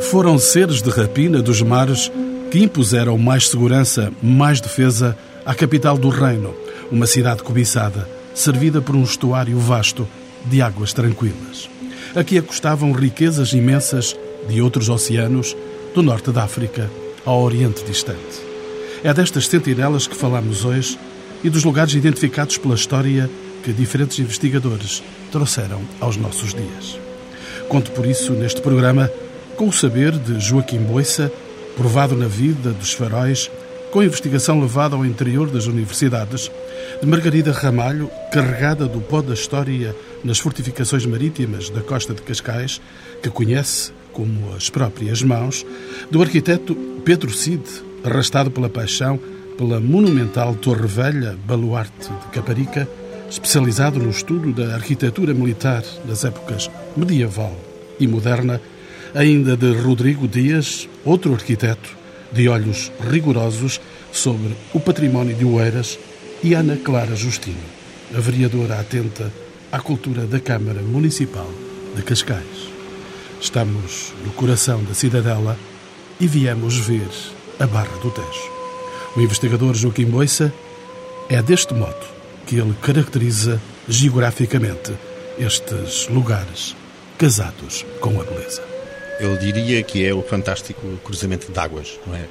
Foram seres de rapina dos mares que impuseram mais segurança, mais defesa à capital do reino, uma cidade cobiçada, servida por um estuário vasto de águas tranquilas. Aqui acostavam riquezas imensas de outros oceanos, do norte da África ao Oriente distante. É destas sentinelas que falamos hoje e dos lugares identificados pela história que diferentes investigadores trouxeram aos nossos dias. Conto por isso neste programa com o saber de Joaquim Boissa, provado na vida dos faróis, com a investigação levada ao interior das universidades, de Margarida Ramalho, carregada do pó da história nas fortificações marítimas da costa de Cascais, que conhece como as próprias mãos, do arquiteto Pedro Cid, arrastado pela paixão pela monumental Torre Velha, baluarte de Caparica, especializado no estudo da arquitetura militar das épocas medieval e moderna, ainda de Rodrigo Dias, outro arquiteto, de olhos rigorosos sobre o património de Oeiras, e Ana Clara Justino, a vereadora atenta à cultura da Câmara Municipal de Cascais. Estamos no coração da cidadela e viemos ver a Barra do Tejo. O investigador Joaquim Boissa é deste modo que ele caracteriza geograficamente estes lugares casados com a beleza. Eu diria que é o fantástico cruzamento de águas, não é?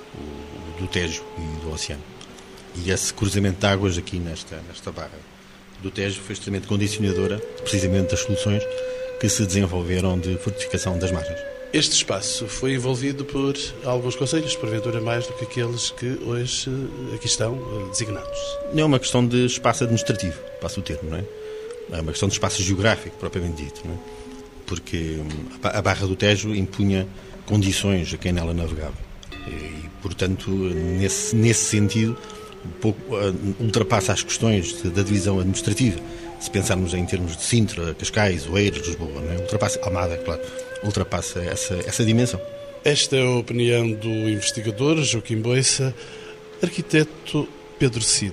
O do Tejo e do oceano. E esse cruzamento de águas aqui nesta barra do Tejo foi extremamente condicionadora, precisamente das soluções que se desenvolveram de fortificação das margens. Este espaço foi envolvido por alguns concelhos, porventura mais do que aqueles que hoje aqui estão designados. Não é uma questão de espaço administrativo, passo o termo, não é? É uma questão de espaço geográfico, propriamente dito, não é? Porque a Barra do Tejo impunha condições a quem nela navegava. E, portanto, nesse sentido, um pouco ultrapassa as questões da divisão administrativa. Se pensarmos em termos de Sintra, Cascais, Oeiras, Lisboa, não é? Ultrapassa Almada, claro, ultrapassa essa dimensão. Esta é a opinião do investigador Joaquim Boissa. Arquiteto Pedro Cid,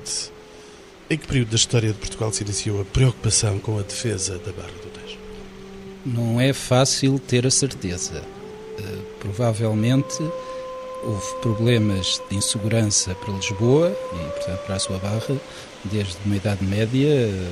em que período da história de Portugal se iniciou a preocupação com a defesa da Barra do Tejo? Não é fácil ter a certeza. Provavelmente houve problemas de insegurança para Lisboa e, portanto, para a sua barra, desde uma Idade Média,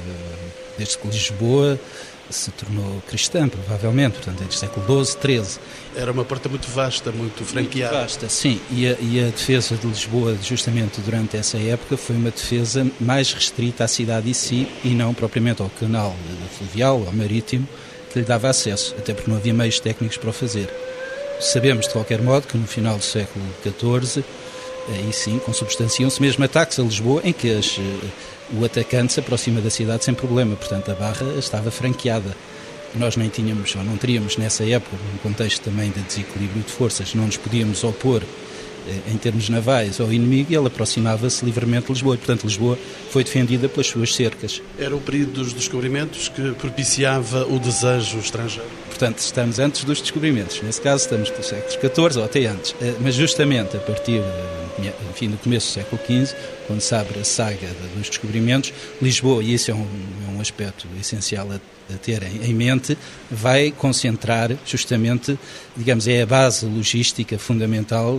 desde que Lisboa se tornou cristã, provavelmente, portanto, desde o século XII, XIII. Era uma porta muito vasta, muito franqueada. Muito vasta, sim, e a defesa de Lisboa, justamente durante essa época, foi uma defesa mais restrita à cidade em si e não propriamente ao canal fluvial, ao marítimo, que lhe dava acesso, até porque não havia meios técnicos para o fazer. Sabemos, de qualquer modo, que no final do século XIV, aí sim, consubstanciam-se mesmo ataques a Lisboa, em que o atacante se aproxima da cidade sem problema, portanto a barra estava franqueada. Nós nem tínhamos, ou não teríamos nessa época, num contexto também de desequilíbrio de forças, não nos podíamos opor em termos navais ao inimigo, e ele aproximava-se livremente de Lisboa, e portanto Lisboa foi defendida pelas suas cercas. Era o período dos descobrimentos que propiciava o desejo estrangeiro? Portanto, estamos antes dos descobrimentos. Nesse caso, estamos pelos séculos XIV ou até antes. Mas justamente a partir, enfim, do começo do século XV, quando se abre a saga dos descobrimentos, Lisboa, e isso é um aspecto essencial a ter em mente, vai concentrar justamente, digamos, é a base logística fundamental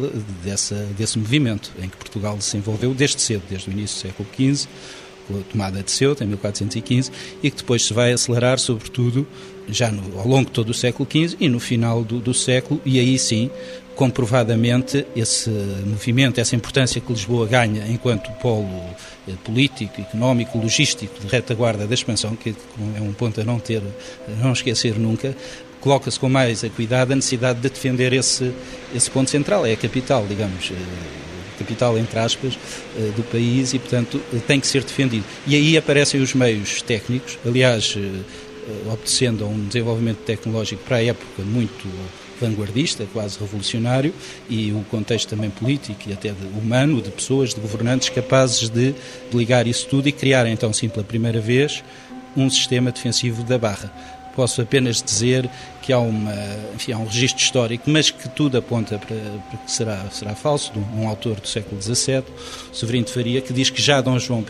desse movimento em que Portugal se envolveu desde cedo, desde o início do século XV, com a tomada de Ceuta, em 1415, e que depois se vai acelerar, sobretudo, já ao longo de todo o século XV e no final do século, e aí sim, comprovadamente, esse movimento, essa importância que Lisboa ganha enquanto polo político, económico, logístico, de retaguarda da expansão, que é um ponto a não esquecer nunca, coloca-se com mais acuidado a necessidade de defender esse ponto central, é a capital, digamos, capital, entre aspas, do país, e, portanto, tem que ser defendido. E aí aparecem os meios técnicos, aliás, obedecendo a um desenvolvimento tecnológico para a época muito vanguardista, quase revolucionário, e o contexto também político e até humano, de pessoas, de governantes capazes de ligar isso tudo e criar, então, sim, pela primeira vez, um sistema defensivo da Barra. Posso apenas dizer que há um registro histórico, mas que tudo aponta para que será falso, de um autor do século XVII, Severino de Faria, que diz que já Dom João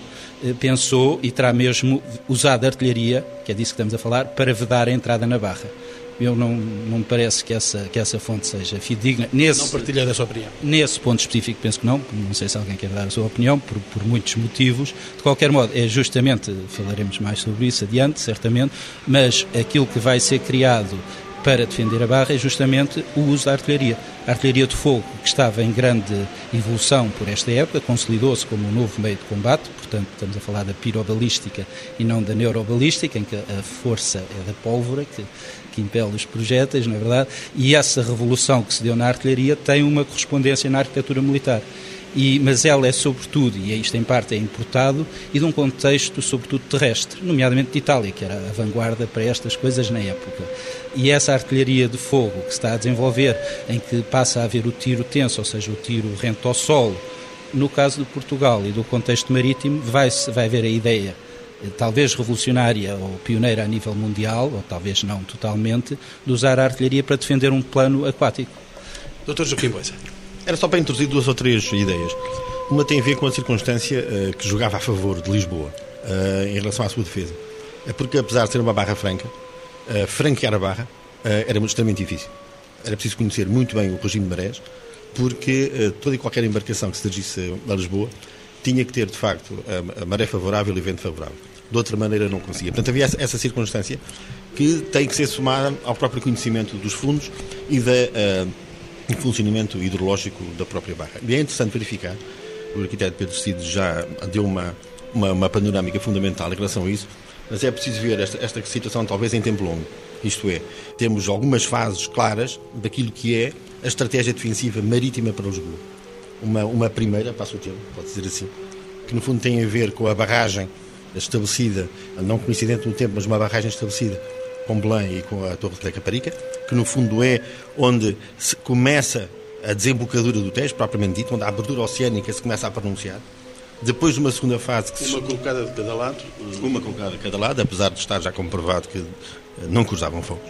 I pensou e terá mesmo usado a artilharia, que é disso que estamos a falar, para vedar a entrada na Barra. Eu não me parece que essa fonte seja fidedigna. Não partilha dessa opinião? Nesse ponto específico penso que não sei se alguém quer dar a sua opinião, por muitos motivos. De qualquer modo, falaremos mais sobre isso adiante, certamente, mas aquilo que vai ser criado para defender a Barra é justamente o uso da artilharia. A artilharia de fogo, que estava em grande evolução por esta época, consolidou-se como um novo meio de combate, portanto estamos a falar da pirobalística e não da neurobalística, em que a força é da pólvora que impele os projéteis, não é verdade? E essa revolução que se deu na artilharia tem uma correspondência na arquitetura militar. Mas ela é sobretudo, e isto em parte é importado, e de um contexto sobretudo terrestre, nomeadamente de Itália, que era a vanguarda para estas coisas na época. E essa artilharia de fogo que se está a desenvolver, em que passa a haver o tiro tenso, ou seja, o tiro rente ao solo, no caso de Portugal e do contexto marítimo, vai haver a ideia, talvez revolucionária ou pioneira a nível mundial, ou talvez não totalmente, de usar a artilharia para defender um plano aquático. Dr. Joaquim Boisa. Era só para introduzir 2 ou 3 ideias. Uma tem a ver com a circunstância que jogava a favor de Lisboa em relação à sua defesa. É porque, apesar de ser uma barra franca, franquear a barra era extremamente difícil. Era preciso conhecer muito bem o regime de marés, porque toda e qualquer embarcação que se dirigisse a Lisboa tinha que ter, de facto, a maré favorável e o vento favorável. De outra maneira não conseguia. Portanto, havia essa circunstância que tem que ser somada ao próprio conhecimento dos fundos e do funcionamento hidrológico da própria barra. E é interessante verificar, o arquiteto Pedro Cides já deu uma panorâmica fundamental em relação a isso, mas é preciso ver esta situação talvez em tempo longo. Isto é, temos algumas fases claras daquilo que é a estratégia defensiva marítima para Lisboa. Uma primeira, passo o termo, pode dizer assim, que no fundo tem a ver com a barragem estabelecida, não coincidente no tempo, mas uma barragem estabelecida com Belém e com a Torre da Caparica, que no fundo é onde se começa a desembocadura do Tejo, propriamente dito, onde a abertura oceânica se começa a pronunciar. Depois de uma segunda fase... Uma colocada de cada lado? Uma colocada de cada lado, apesar de estar já comprovado que não cruzavam fogos.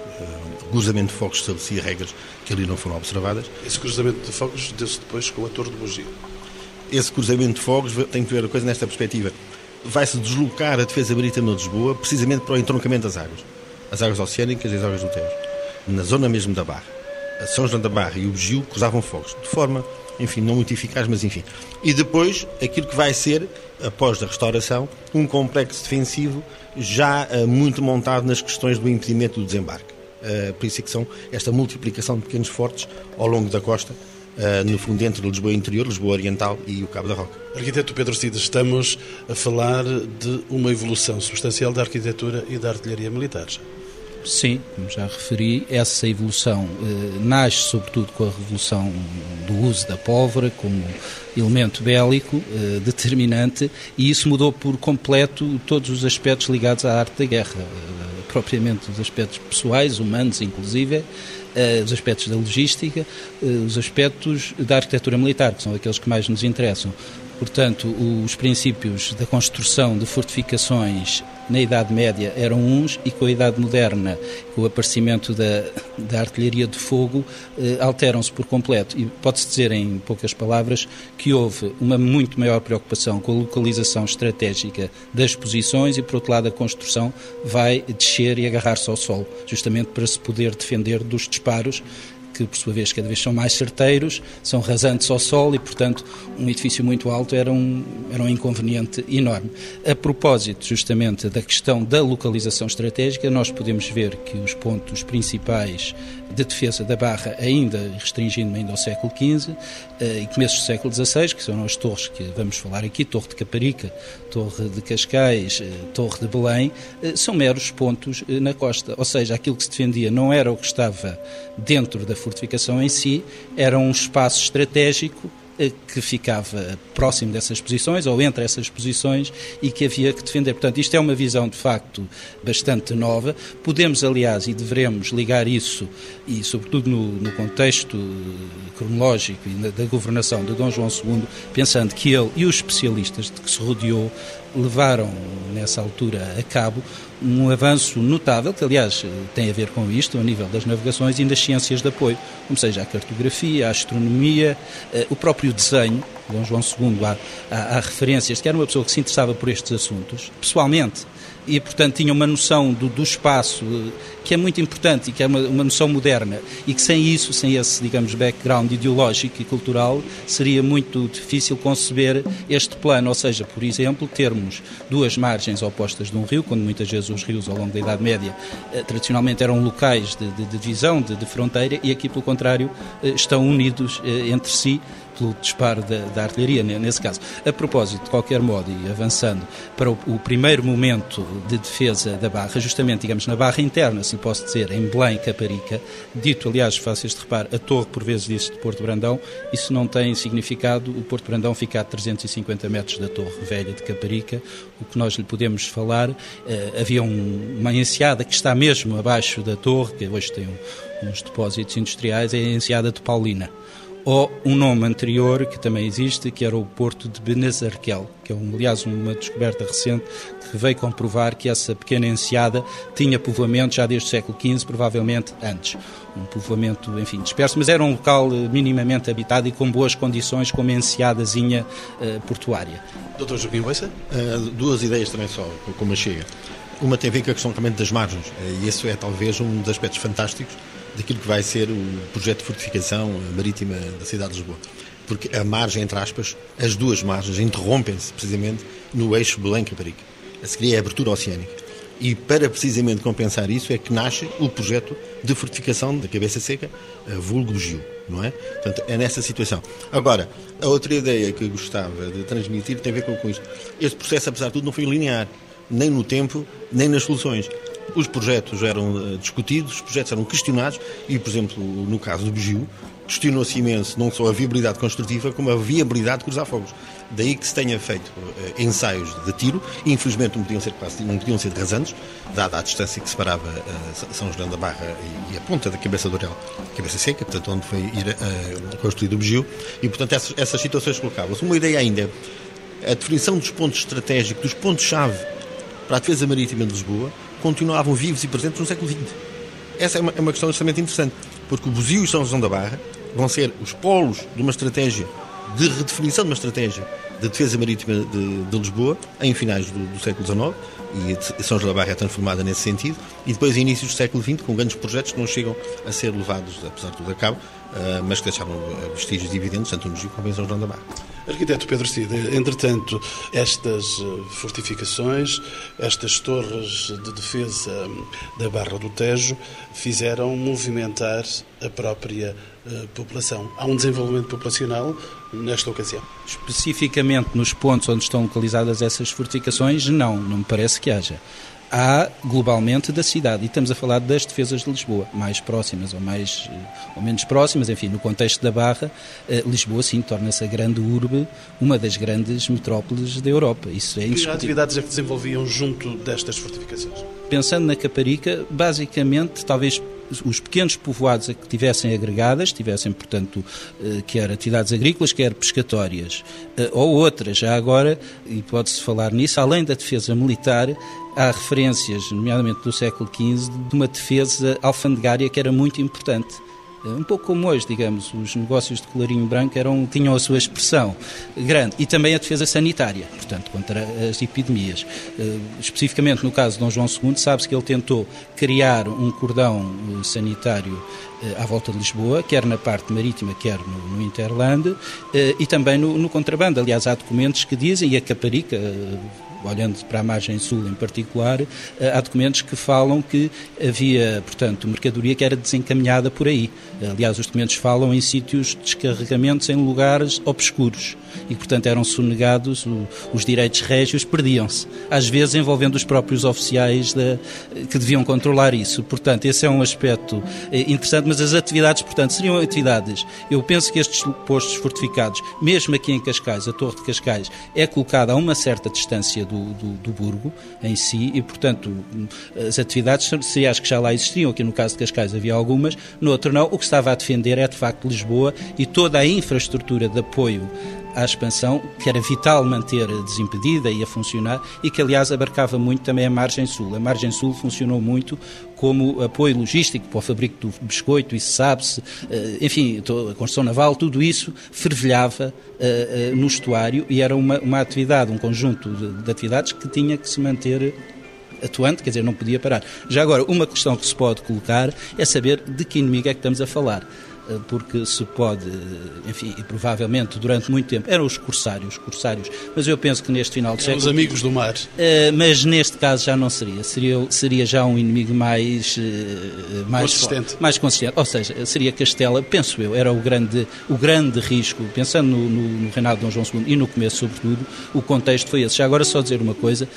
O cruzamento de fogos estabelecia regras que ali não foram observadas. Esse cruzamento de fogos deu-se depois com a Torre do Bugio. Esse cruzamento de fogos tem que ver a coisa nesta perspectiva. Vai-se deslocar a defesa marítima de Lisboa precisamente para o entroncamento das águas. As águas oceânicas e as águas do Tejo. Na zona mesmo da Barra. A São João da Barra e o Bugio cruzavam fogos. De forma, enfim, não muito eficaz, mas enfim. E depois, aquilo que vai ser, após a restauração, um complexo defensivo já muito montado nas questões do impedimento do desembarque. Por isso é que são esta multiplicação de pequenos fortes ao longo da costa, no fundo entre Lisboa Interior, Lisboa Oriental e o Cabo da Roca. Arquiteto Pedro Cides, estamos a falar de uma evolução substancial da arquitetura e da artilharia militares. Sim, como já referi, essa evolução nasce sobretudo com a revolução do uso da pólvora como elemento bélico determinante, e isso mudou por completo todos os aspectos ligados à arte da guerra, propriamente os aspectos pessoais, humanos inclusive, os aspectos da logística, os aspectos da arquitetura militar, que são aqueles que mais nos interessam. Portanto, os princípios da construção de fortificações na Idade Média eram uns, e com a Idade Moderna, com o aparecimento da artilharia de fogo, alteram-se por completo. E pode-se dizer, em poucas palavras, que houve uma muito maior preocupação com a localização estratégica das posições e, por outro lado, a construção vai descer e agarrar-se ao solo, justamente para se poder defender dos disparos, que por sua vez cada vez são mais certeiros, são rasantes ao solo e, portanto, um edifício muito alto era um inconveniente enorme. A propósito, justamente, da questão da localização estratégica, nós podemos ver que os pontos principais de defesa da Barra, ainda restringindo-me ainda ao século XV e começos do século XVI, que são as torres que vamos falar aqui, Torre de Caparica, Torre de Cascais, Torre de Belém, são meros pontos na costa. Ou seja, aquilo que se defendia não era o que estava dentro da fortificação em si, era um espaço estratégico que ficava próximo dessas posições ou entre essas posições e que havia que defender. Portanto, isto é uma visão de facto bastante nova. Podemos, aliás, e devemos ligar isso, e sobretudo no contexto cronológico e da governação de Dom João II, pensando que ele e os especialistas de que se rodeou levaram nessa altura a cabo um avanço notável, que aliás tem a ver com isto, a nível das navegações e das ciências de apoio, como seja a cartografia, a astronomia, o próprio desenho. Dom João II há referências de que era uma pessoa que se interessava por estes assuntos, pessoalmente, e, portanto, tinha uma noção do espaço que é muito importante e que é uma noção moderna e que sem isso, sem esse, digamos, background ideológico e cultural, seria muito difícil conceber este plano, ou seja, por exemplo, termos duas margens opostas de um rio, quando muitas vezes os rios ao longo da Idade Média tradicionalmente eram locais de divisão, de fronteira, e aqui, pelo contrário, estão unidos entre si pelo disparo da artilharia, nesse caso. A propósito, de qualquer modo, e avançando para o primeiro momento de defesa da Barra, justamente, digamos, na Barra interna, se posso dizer, em Belém, Caparica, dito, aliás, faço este reparo, a torre, por vezes, disse de Porto Brandão, isso não tem significado, o Porto Brandão fica a 350 metros da Torre Velha de Caparica, o que nós lhe podemos falar, havia uma enseada que está mesmo abaixo da torre, que hoje tem uns depósitos industriais, é a enseada de Paulina. Ou um nome anterior, que também existe, que era o Porto de Benazarquel, que é, aliás, uma descoberta recente que veio comprovar que essa pequena enseada tinha povoamento já desde o século XV, provavelmente antes. Um povoamento, enfim, disperso, mas era um local minimamente habitado e com boas condições, com uma enseadazinha portuária. Dr. Joaquim Boissa? Duas ideias também só, como a chega. Uma tem a ver com a questão também das margens, e isso é talvez um dos aspectos fantásticos daquilo que vai ser o projeto de fortificação marítima da cidade de Lisboa. Porque a margem, entre aspas, as duas margens interrompem-se precisamente no eixo Belém-Caparica. Essa seria a abertura oceânica. E para precisamente compensar isso é que nasce o projeto de fortificação da Cabeça Seca, vulgo do Gil, não é? Portanto, é nessa situação. Agora, a outra ideia que eu gostava de transmitir tem a ver com isto. Este processo, apesar de tudo, não foi linear, nem no tempo, nem nas soluções. Os projetos eram discutidos, os projetos eram questionados e, por exemplo, no caso do Bugio, questionou-se imenso não só a viabilidade construtiva, como a viabilidade de cruzar fogos. Daí que se tenha feito ensaios de tiro, e infelizmente não podiam ser rasantes, dada a distância que separava São João da Barra e a ponta da Cabeça do Orel, Cabeça Seca, portanto, onde foi ir construído o Bugio, e, portanto, essas situações colocavam-se. Uma ideia ainda, a definição dos pontos estratégicos, dos pontos-chave para a defesa marítima de Lisboa, continuavam vivos e presentes no século XX. Essa é uma questão extremamente interessante, porque o Bugio e São João da Barra vão ser os polos de uma estratégia, de redefinição de uma estratégia de defesa marítima de Lisboa, em finais do século XIX, e São João da Barra é transformada nesse sentido, e depois em inícios do século XX, com grandes projetos que não chegam a ser levados, apesar de tudo, a cabo, mas que deixaram vestígios dividendos, tanto no Bugio como em São João da Barra. Arquiteto Pedro Cida, entretanto, estas fortificações, estas torres de defesa da Barra do Tejo fizeram movimentar a própria população. Há um desenvolvimento populacional nesta ocasião? Especificamente nos pontos onde estão localizadas essas fortificações, não me parece que haja. Há globalmente da cidade, e estamos a falar das defesas de Lisboa, mais próximas ou menos próximas, enfim, no contexto da Barra, Lisboa sim torna-se a grande urbe, uma das grandes metrópoles da Europa. Isso é indiscutível. Que atividades é que desenvolviam junto destas fortificações? Pensando na Caparica, basicamente, talvez os pequenos povoados a que tivessem agregadas, tivessem, portanto, quer atividades agrícolas, quer pescatórias, ou outras, já agora, e pode-se falar nisso, além da defesa militar, há referências, nomeadamente do século XV, de uma defesa alfandegária que era muito importante. Um pouco como hoje, digamos, os negócios de colarinho branco tinham a sua expressão grande. E também a defesa sanitária, portanto, contra as epidemias. Especificamente no caso de Dom João II, sabe-se que ele tentou criar um cordão sanitário à volta de Lisboa, quer na parte marítima, quer no Interland, e também no contrabando. Aliás, há documentos que dizem, e a Caparica, olhando para a margem sul em particular, há documentos que falam que havia, portanto, mercadoria que era desencaminhada por aí. Aliás, os documentos falam em sítios de descarregamentos em lugares obscuros e, portanto, eram sonegados, os direitos régios perdiam-se, às vezes envolvendo os próprios oficiais que deviam controlar isso. Portanto, esse é um aspecto interessante, mas as atividades, portanto, seriam atividades. Eu penso que estes postos fortificados, mesmo aqui em Cascais, a Torre de Cascais, é colocada a uma certa distância do burgo em si e, portanto, as atividades seriam as que já lá existiam. Aqui no caso de Cascais havia algumas, no outro não. O que estava a defender é, de facto, Lisboa e toda a infraestrutura de apoio à expansão, que era vital manter desimpedida e a funcionar, e que, aliás, abarcava muito também a margem sul. A margem sul funcionou muito como apoio logístico para o fabrico do biscoito, isso sabe-se, enfim, a construção naval, tudo isso fervilhava no estuário e era uma atividade, um conjunto de atividades que tinha que se manter atuante, quer dizer, não podia parar. Já agora, uma questão que se pode colocar é saber de que inimigo é que estamos a falar. Porque se pode, enfim, e provavelmente durante muito tempo eram os corsários, mas eu penso que neste final de século... Os amigos do mar. Mas neste caso já não seria já um inimigo mais consistente. Ou seja, seria Castela, penso eu, era o grande risco, pensando no reinado de Dom João II e no começo sobretudo, o contexto foi esse. Já agora só dizer uma coisa,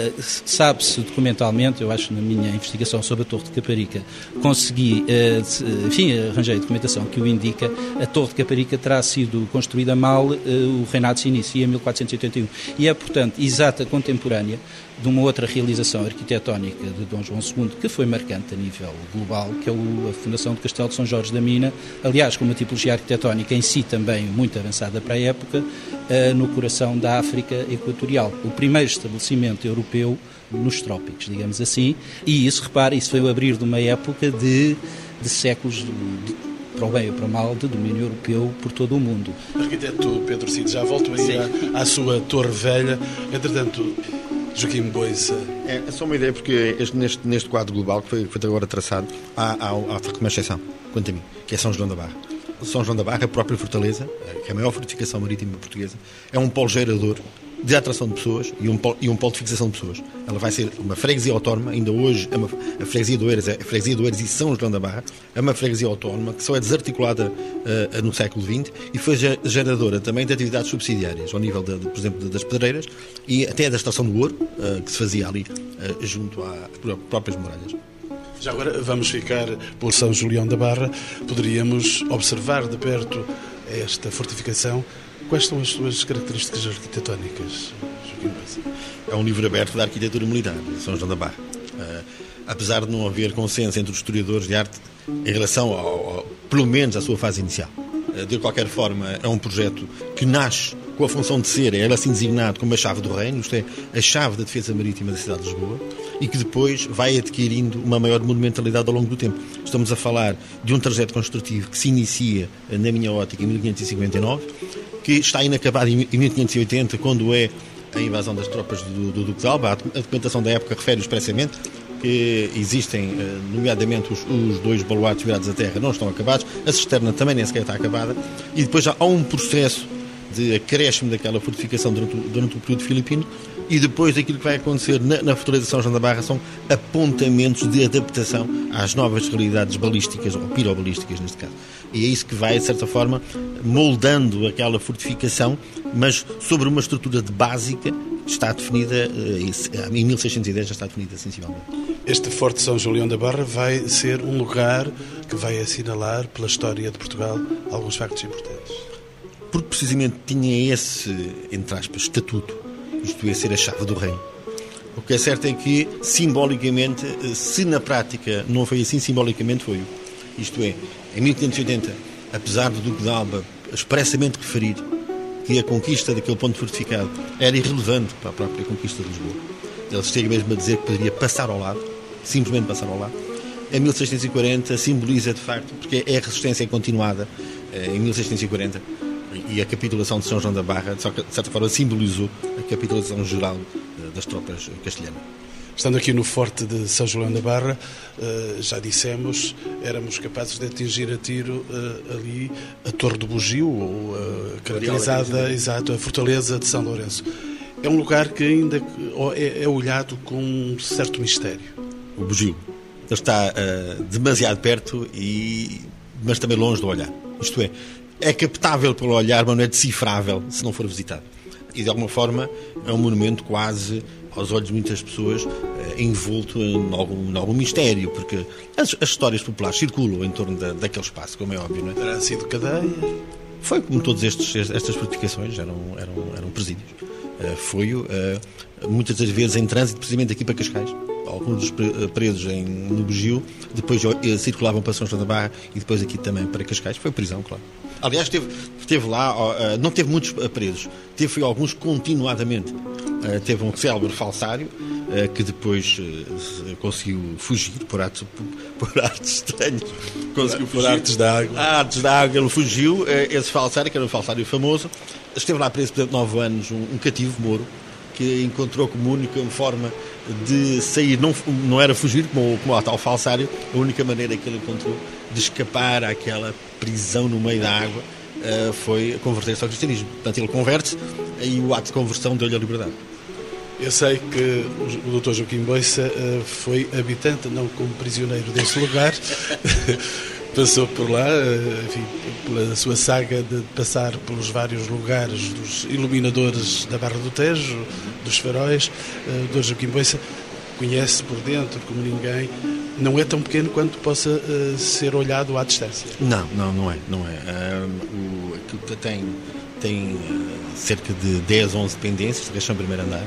sabe-se documentalmente, eu acho na minha investigação sobre a Torre de Caparica, consegui, enfim, arranjei documentação que o indica, a Torre de Caparica terá sido construída mal, o reinado se inicia em 1481. E é, portanto, exata contemporânea de uma outra realização arquitetónica de Dom João II, que foi marcante a nível global, que é a fundação do Castelo de São Jorge da Mina, aliás, com uma tipologia arquitetónica em si também muito avançada para a época, no coração da África Equatorial. O primeiro estabelecimento europeu nos trópicos, digamos assim, e isso, repare, isso foi o abrir de uma época de séculos para o bem ou para o mal, de domínio europeu por todo o mundo. Arquiteto Pedro Cid, já volto aí à sua Torre Velha. Entretanto, Joaquim Boisa... É só uma ideia, porque neste quadro global que foi agora traçado, há uma exceção, quanto a mim, que é São João da Barra. São João da Barra, a própria fortaleza, que é a maior fortificação marítima portuguesa, é um polo gerador de atração de pessoas e um polo de fixação de pessoas. Ela vai ser uma freguesia autónoma, ainda hoje a freguesia de Oeiras e São João da Barra, é uma freguesia autónoma que só é desarticulada no século XX e foi geradora também de atividades subsidiárias, ao nível, por exemplo, das pedreiras e até da extração do ouro, que se fazia ali junto às próprias muralhas. Já agora vamos ficar por São Julião da Barra. Poderíamos observar de perto esta fortificação. Quais são as suas características arquitetónicas, Joaquim Boisa? É um livro aberto da arquitetura militar, São João da Barra. Apesar de não haver consenso entre os historiadores de arte em relação, pelo menos, à sua fase inicial. De qualquer forma, é um projeto que nasce com a função de ser, é assim designado como a chave do reino, isto é, a chave da defesa marítima da cidade de Lisboa, e que depois vai adquirindo uma maior monumentalidade ao longo do tempo. Estamos a falar de um trajeto construtivo que se inicia, na minha ótica, em 1559, que está inacabado em 1580, quando é a invasão das tropas do Duque de Alba. A documentação da época refere expressamente que existem, nomeadamente os dois baluartes virados à terra, não estão acabados, a cisterna também nem sequer está acabada, e depois já há um processo de acréscimo daquela fortificação durante o período filipino, e depois daquilo que vai acontecer na fortaleza de São João da Barra são apontamentos de adaptação às novas realidades balísticas, ou pirobalísticas neste caso. E é isso que vai, de certa forma, moldando aquela fortificação, mas sobre uma estrutura de básica que está definida, em 1610 já está definida sensivelmente. Este Forte de São Julião da Barra vai ser um lugar que vai assinalar pela história de Portugal alguns factos importantes. Porque precisamente tinha esse, entre aspas, estatuto, isto ia ser a chave do reino. O que é certo é que, simbolicamente, se na prática não foi assim, simbolicamente foi. Isto é, em 1580, apesar do Duque de Alba expressamente referir que a conquista daquele ponto fortificado era irrelevante para a própria conquista de Lisboa, ele chega mesmo a dizer que poderia passar ao lado, simplesmente passar ao lado. Em 1640 simboliza, de facto, porque é a resistência continuada em 1640, e a capitulação de São João da Barra, de certa forma, simbolizou a capitulação geral das tropas castelhanas. Estando aqui no Forte de São João da Barra, já dissemos, éramos capazes de atingir a tiro ali a Torre do Bugio, ou caracterizada, exato, a Fortaleza de São Lourenço. É um lugar que ainda é olhado com um certo mistério. O Bugio. Ele está demasiado perto, mas também longe do olhar. Isto é captável pelo olhar, mas não é decifrável se não for visitado. E de alguma forma é um monumento quase, aos olhos de muitas pessoas, envolto em algum mistério, porque as histórias populares circulam em torno daquele espaço, como é óbvio, não é? Terá sido cadeia? Foi como todas estas fortificações, eram presídios. Foi muitas das vezes em trânsito, precisamente aqui para Cascais. Alguns dos presos no Bugio, depois circulavam para São João da Barra e depois aqui também para Cascais. Foi prisão, claro. Aliás, teve lá, não teve muitos presos, teve alguns continuadamente. Teve um célebre falsário que depois conseguiu fugir por atos estranhos. Conseguiu fugir. Por artes da água. Artes da água, ele fugiu. Esse falsário, que era um falsário famoso, esteve lá preso por 9 anos, um cativo moro, que encontrou como única forma de sair, não era fugir, como a tal falsário, a única maneira que ele encontrou de escapar àquela prisão no meio da água foi converter-se ao cristianismo. Portanto, ele converte-se e o ato de conversão deu-lhe a liberdade. Eu sei que o Dr. Joaquim Boissa foi habitante, não como prisioneiro desse lugar, passou por lá, enfim, pela sua saga de passar pelos vários lugares dos iluminadores da Barra do Tejo, dos faróis. O Dr. Joaquim Boissa conhece por dentro como ninguém. Não é tão pequeno quanto possa ser olhado à distância. Não é. Tem cerca de 10, 11 dependências de região primeiro andar,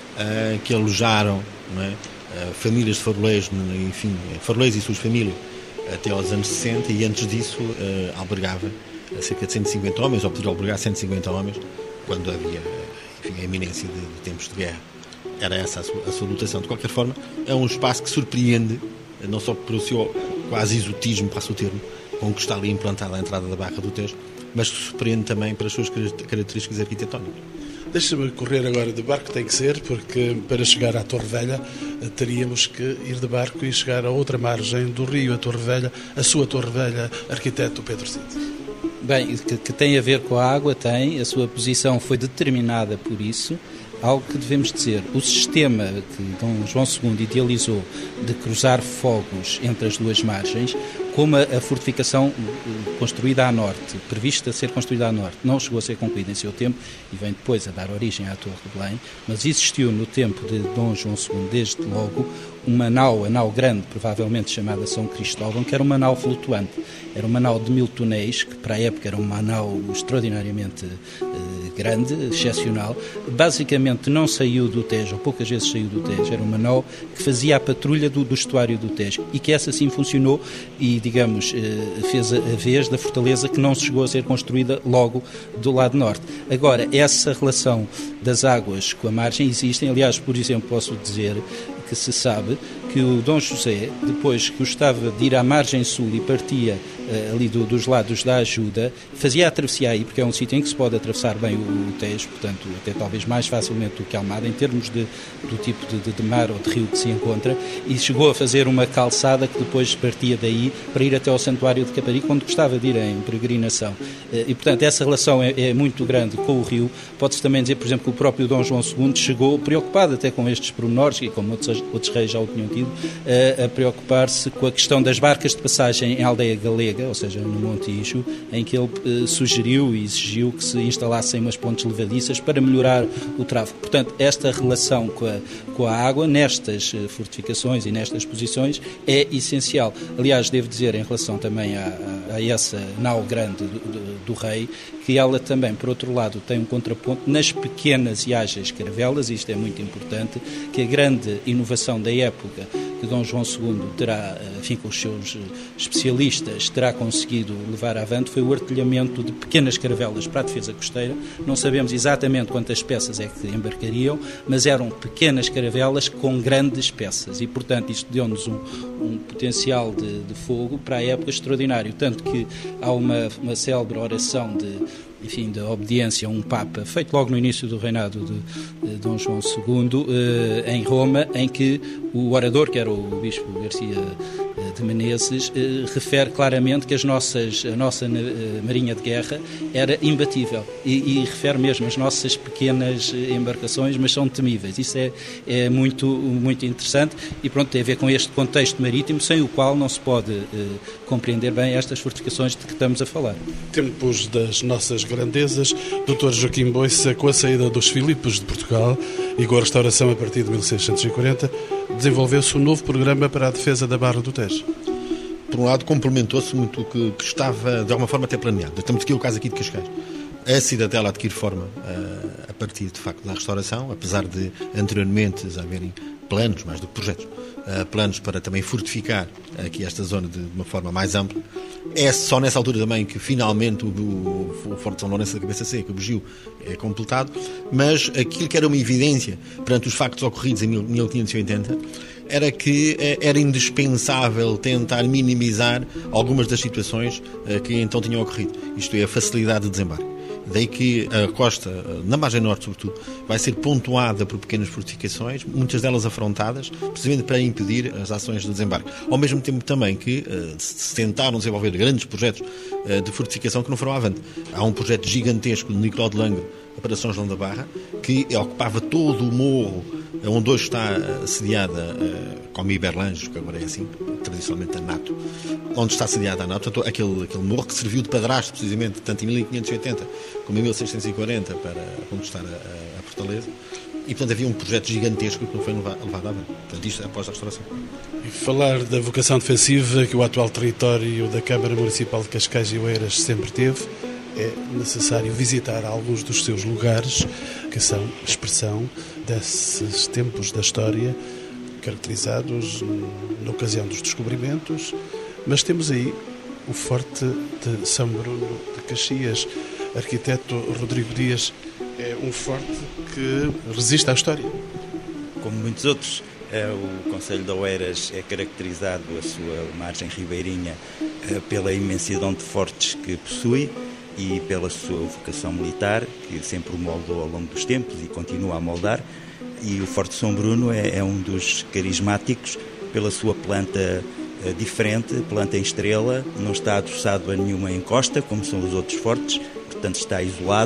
que alojaram, não é, famílias de faroleiros, enfim, faroleiros e suas famílias até aos anos 60, e antes disso albergava cerca de 150 homens, ou poderia albergar 150 homens, quando havia, enfim, a iminência de tempos de guerra. Era essa a sua lotação. De qualquer forma, é um espaço que surpreende, não só pelo seu quase exotismo, passo o termo, com o que está ali implantado à entrada da Barra do Tejo, mas que surpreende também pelas suas características arquitetónicas. Deixa-me correr agora de barco, tem que ser, porque para chegar à Torre Velha teríamos que ir de barco e chegar a outra margem do rio, a Torre Velha, a sua Torre Velha, arquiteto Pedro Cid. Bem, que tem a ver com a água, tem, a sua posição foi determinada por isso. Algo que devemos dizer, o sistema que Dom João II idealizou de cruzar fogos entre as duas margens, como a fortificação construída a norte, prevista ser construída a norte, não chegou a ser concluída em seu tempo e vem depois a dar origem à Torre de Belém, mas existiu no tempo de Dom João II, desde logo, uma nau, a nau grande, provavelmente chamada São Cristóvão, que era uma nau flutuante. Era uma nau de 1000 tonéis, que para a época era uma nau extraordinariamente grande, excepcional. Basicamente não saiu do Tejo, ou poucas vezes saiu do Tejo. Era uma nau que fazia a patrulha do estuário do Tejo e que essa sim funcionou e, digamos, fez a vez da fortaleza que não chegou a ser construída logo do lado norte. Agora, essa relação das águas com a margem existem. Aliás, por exemplo, posso dizer que se sabe que o Dom José, depois que gostava de ir à margem sul e partia ali dos lados da Ajuda, fazia a travessia aí, porque é um sítio em que se pode atravessar bem o Tejo, portanto, até talvez mais facilmente do que Almada, em termos do tipo de mar ou de rio que se encontra, e chegou a fazer uma calçada que depois partia daí para ir até ao Santuário de Caparica, onde gostava de ir em peregrinação. E, portanto, essa relação é muito grande com o rio. Pode-se também dizer, por exemplo, que o próprio Dom João II chegou preocupado até com estes pormenores, e como outros reis já o tinham tido, a preocupar-se com a questão das barcas de passagem em Aldeia Galega, ou seja, no Monte Ijo, em que ele sugeriu e exigiu que se instalassem umas pontes levadiças para melhorar o tráfego. Portanto, esta relação com a água, nestas fortificações e nestas posições, é essencial. Aliás, devo dizer, em relação também a essa nau grande do rei, que ela também, por outro lado, tem um contraponto nas pequenas e ágeis caravelas, isto é muito importante, que a grande inovação da época que Dom João II terá, enfim, com os seus especialistas, terá conseguido levar avante foi o artilhamento de pequenas caravelas para a defesa costeira. Não sabemos exatamente quantas peças é que embarcariam, mas eram pequenas caravelas com grandes peças e, portanto, isto deu-nos um potencial de fogo para a época extraordinário, tanto que há uma célebre oração de obediência a um Papa, feito logo no início do reinado de Dom João II, em Roma, em que o orador, que era o Bispo Garcia de Menezes, refere claramente que a nossa marinha de guerra era imbatível e refere mesmo as nossas pequenas embarcações, mas são temíveis. Isso é muito, muito interessante e pronto, tem a ver com este contexto marítimo, sem o qual não se pode compreender bem estas fortificações de que estamos a falar. Tempos das nossas grandezas, Dr. Joaquim Boissa, com a saída dos Filipos de Portugal e com a restauração a partir de 1640, desenvolveu-se um novo programa para a defesa da Barra do Tejo. Por um lado, complementou-se muito o que estava, de alguma forma, até planeado. Temos aqui o caso aqui de Cascais. A cidadela adquire forma a partir, de facto, da restauração, apesar de anteriormente haverem planos, mais do que projetos, planos para também fortificar aqui esta zona de uma forma mais ampla. É só nessa altura também que finalmente o Forte de São Lourenço da Cabeça Seca, o Bugio, é completado, mas aquilo que era uma evidência perante os factos ocorridos em 1580 era que era indispensável tentar minimizar algumas das situações que então tinham ocorrido, isto é, a facilidade de desembarque. Daí que a costa, na margem norte sobretudo, vai ser pontuada por pequenas fortificações, muitas delas afrontadas, precisamente para impedir as ações de desembarque. Ao mesmo tempo também que se tentaram desenvolver grandes projetos de fortificação que não foram avante. Há um projeto gigantesco de Nicolau de Langres para São João da Barra, que ocupava todo o morro onde hoje está sediada como Iberlange, que agora é assim, tradicionalmente a NATO, onde está sediada a NATO, portanto, aquele morro que serviu de padrasto, precisamente, tanto em 1580 como em 1640, para conquistar a Fortaleza. E, portanto, havia um projeto gigantesco que não foi levado avante. Portanto, isto após a restauração. E falar da vocação defensiva que o atual território da Câmara Municipal de Cascais e Oeiras sempre teve, é necessário visitar alguns dos seus lugares, que são expressão desses tempos da história, caracterizados na ocasião dos descobrimentos, mas temos aí o Forte de São Bruno de Caxias. Arquiteto Rodrigo Dias, é um forte que resiste à história. Como muitos outros, o concelho de Oeiras é caracterizado, a sua margem ribeirinha, pela imensidão de fortes que possui e pela sua vocação militar, que sempre o moldou ao longo dos tempos e continua a moldar. E o Forte de São Bruno é um dos carismáticos pela sua planta diferente, planta em estrela, não está adoçado a nenhuma encosta, como são os outros fortes, portanto estava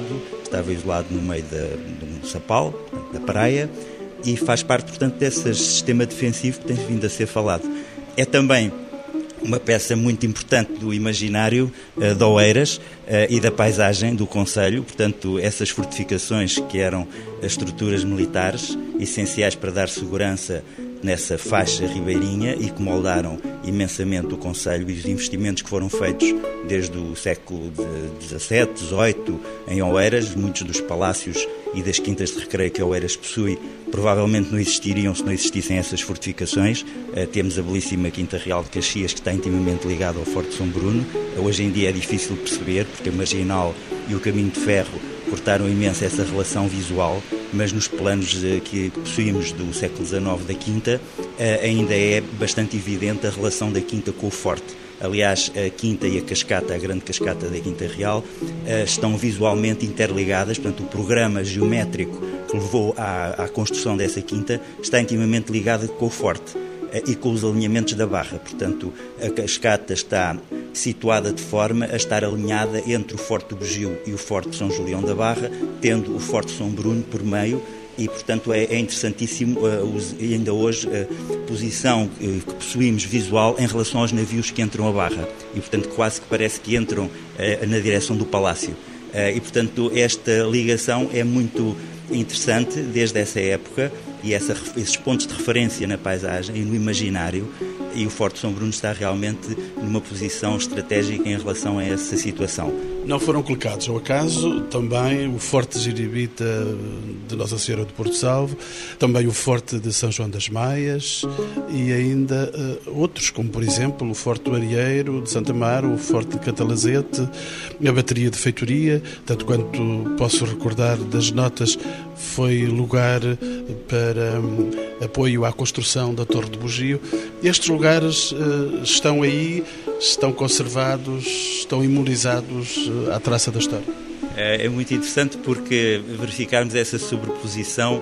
isolado no meio de um sapal, da praia, e faz parte, portanto, desse sistema defensivo que tem vindo a ser falado. É também uma peça muito importante do imaginário de Oeiras e da paisagem do concelho, portanto, essas fortificações que eram as estruturas militares essenciais para dar segurança nessa faixa ribeirinha e que moldaram imensamente o concelho e os investimentos que foram feitos desde o século XVII, XVIII em Oeiras. Muitos dos palácios e das quintas de recreio que Oeiras possui provavelmente não existiriam se não existissem essas fortificações. Temos a belíssima Quinta Real de Caxias, que está intimamente ligada ao Forte de São Bruno. Hoje em dia é difícil perceber, porque a Marginal e o Caminho de Ferro cortaram imenso essa relação visual, mas nos planos que possuímos do século XIX da Quinta, ainda é bastante evidente a relação da Quinta com o Forte. Aliás, a Quinta e a Cascata, a grande cascata da Quinta Real, estão visualmente interligadas, portanto o programa geométrico que levou à construção dessa Quinta está intimamente ligado com o Forte e com os alinhamentos da Barra. Portanto, a Cascata está situada de forma a estar alinhada entre o Forte do Bugio e o Forte de São Julião da Barra, tendo o Forte de São Bruno por meio, e, portanto, é interessantíssimo ainda hoje a posição que possuímos visual em relação aos navios que entram a Barra. E, portanto, quase que parece que entram na direção do Palácio. E, portanto, esta ligação é muito interessante desde essa época, e esses pontos de referência na paisagem e no imaginário, e o Forte de São Bruno está realmente numa posição estratégica em relação a essa situação. Não foram colocados ao acaso também o Forte de Giribita de Nossa Senhora do Porto Salvo, também o Forte de São João das Maias e ainda outros, como por exemplo o Forte do Arieiro de Santa Mar, o Forte de Catalazete, a Bateria de Feitoria, tanto quanto posso recordar das notas, foi lugar para apoio à construção da Torre de Bugio. Estes lugares estão aí, estão conservados, estão imunizados à traça da história. É muito interessante porque verificarmos essa sobreposição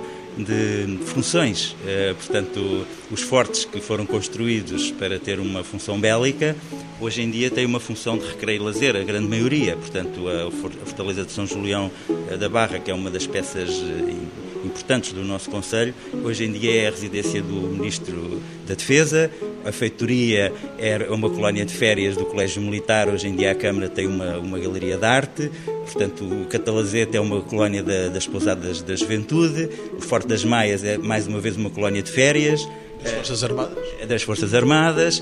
de funções. Portanto, os fortes que foram construídos para ter uma função bélica, hoje em dia têm uma função de recreio e lazer, a grande maioria. Portanto, a Fortaleza de São Julião da Barra, que é uma das peças importantes do nosso concelho, hoje em dia é a residência do Ministro da Defesa. A feitoria era uma colónia de férias do Colégio Militar, hoje em dia a Câmara tem uma galeria de arte. Portanto, o Catalazete é uma colónia das Pousadas da Juventude, o Forte das Maias é mais uma vez uma colónia de férias. Das Forças Armadas? Das Forças Armadas.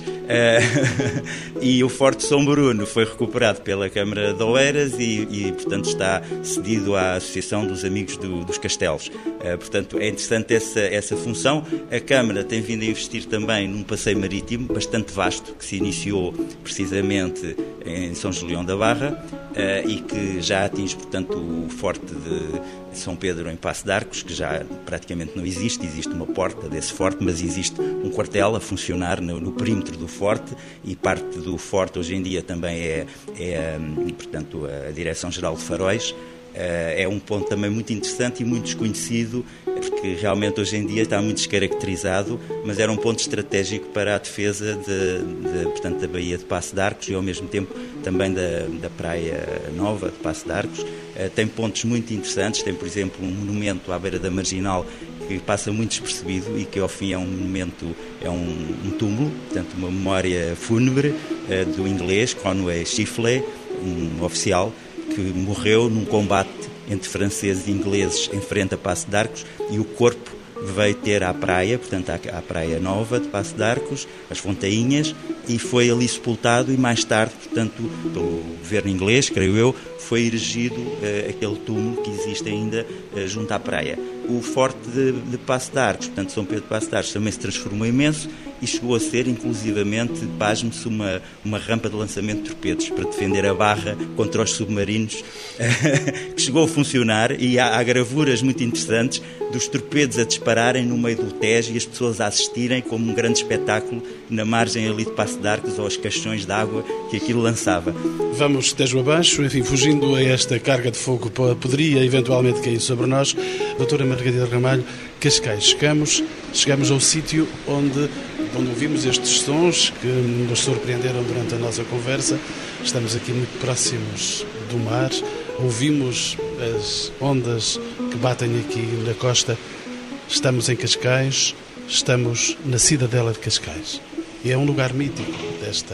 E o Forte de São Bruno foi recuperado pela Câmara de Oeiras e, portanto, está cedido à Associação dos Amigos dos Castelos. Portanto, é interessante essa função. A Câmara tem vindo a investir também num passeio marítimo bastante vasto, que se iniciou precisamente em São Julião da Barra e que já atinge, portanto, o Forte de São Pedro em Passo de Arcos, que já praticamente não existe uma porta desse forte, mas existe um quartel a funcionar no perímetro do forte, e parte do forte hoje em dia também é portanto, a Direção-Geral de Faróis, É um ponto também muito interessante e muito desconhecido, porque realmente hoje em dia está muito descaracterizado, mas era um ponto estratégico para a defesa portanto, da Baía de Paço de Arcos e ao mesmo tempo também da Praia Nova de Paço de Arcos. Tem pontos muito interessantes, tem por exemplo um monumento à beira da Marginal que passa muito despercebido e que ao fim é um monumento, é um túmulo, portanto uma memória fúnebre do inglês Conway Shipley, um oficial que morreu num combate entre franceses e ingleses em frente a Paço de Arcos, e o corpo veio ter à praia, portanto à Praia Nova de Paço de Arcos, as Fontainhas, e foi ali sepultado, e mais tarde, portanto, pelo governo inglês, creio eu, foi erigido aquele túmulo que existe ainda junto à praia. O forte de Paço de Arcos, portanto São Pedro de Paço de Arcos, também se transformou imenso e chegou a ser, inclusivamente, pasme-se, uma rampa de lançamento de torpedos para defender a barra contra os submarinos, que chegou a funcionar, e há gravuras muito interessantes dos torpedos a dispararem no meio do Tejo e as pessoas a assistirem como um grande espetáculo na margem ali de Paço de Arcos, ou aos caixões de água que aquilo lançava. Vamos Tejo abaixo, enfim, fugindo a esta carga de fogo que poderia eventualmente cair sobre nós. Doutora Margarida Ramalho, Cascais, chegamos ao sítio onde ouvimos estes sons que nos surpreenderam durante a nossa conversa. Estamos aqui muito próximos do mar, ouvimos as ondas que batem aqui na costa. Estamos em Cascais, estamos na Cidadela de Cascais. E é um lugar mítico desta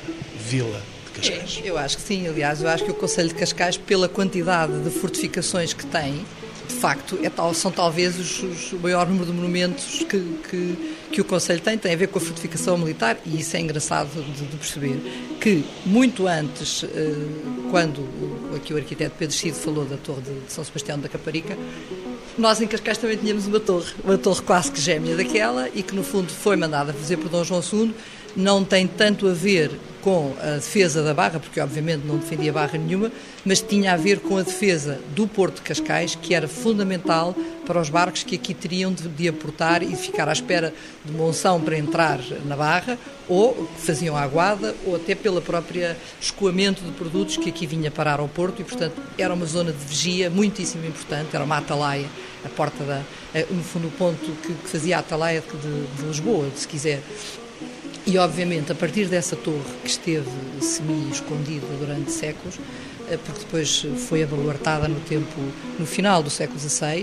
vila de Cascais. Eu acho que sim, aliás, eu acho que o Concelho de Cascais, pela quantidade de fortificações que tem, de facto, são talvez o maior número de monumentos que o Concelho tem a ver com a fortificação militar, e isso é engraçado de perceber, que muito antes, quando aqui o arquiteto Pedro Cid falou da Torre de São Sebastião da Caparica, nós em Cascais também tínhamos uma torre quase que gêmea daquela, e que no fundo foi mandada fazer por Dom João II. Não tem tanto a ver com a defesa da Barra, porque obviamente não defendia Barra nenhuma, mas tinha a ver com a defesa do Porto de Cascais, que era fundamental para os barcos que aqui teriam de aportar e ficar à espera de monção para entrar na Barra, ou faziam a aguada, ou até pelo próprio escoamento de produtos que aqui vinha parar ao Porto, e portanto era uma zona de vigia muitíssimo importante, era uma atalaia, a porta no fundo o ponto que fazia a atalaia de Lisboa, se quiser. E, obviamente, a partir dessa torre que esteve semi-escondida durante séculos, porque depois foi abaluartada no final do século XVI,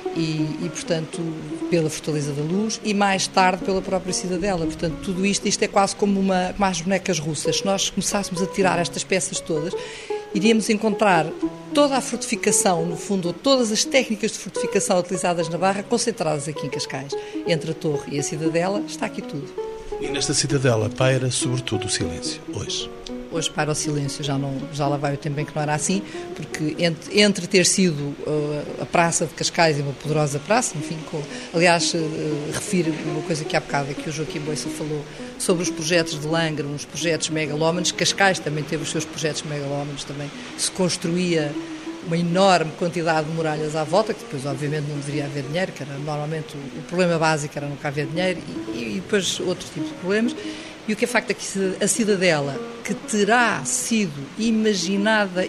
e, portanto, pela Fortaleza da Luz, e mais tarde pela própria Cidadela. Portanto, tudo isto é quase como as bonecas russas. Se nós começássemos a tirar estas peças todas, iríamos encontrar toda a fortificação, no fundo, todas as técnicas de fortificação utilizadas na Barra, concentradas aqui em Cascais. Entre a torre e a Cidadela, está aqui tudo. E nesta Cidadela paira sobretudo o silêncio, hoje. Hoje paira o silêncio, já lá vai o tempo em que não era assim, porque entre ter sido a Praça de Cascais e uma poderosa praça, enfim, aliás, refiro uma coisa que há bocado que o Joaquim Boissa falou sobre os projetos de Langre, uns projetos megalómanos. Cascais também teve os seus projetos megalómanos, também se construía uma enorme quantidade de muralhas à volta, que depois obviamente não deveria haver dinheiro, que era normalmente o problema básico, era nunca haver dinheiro, e depois outros tipos de problemas. E o que é facto é que a Cidadela, que terá sido imaginada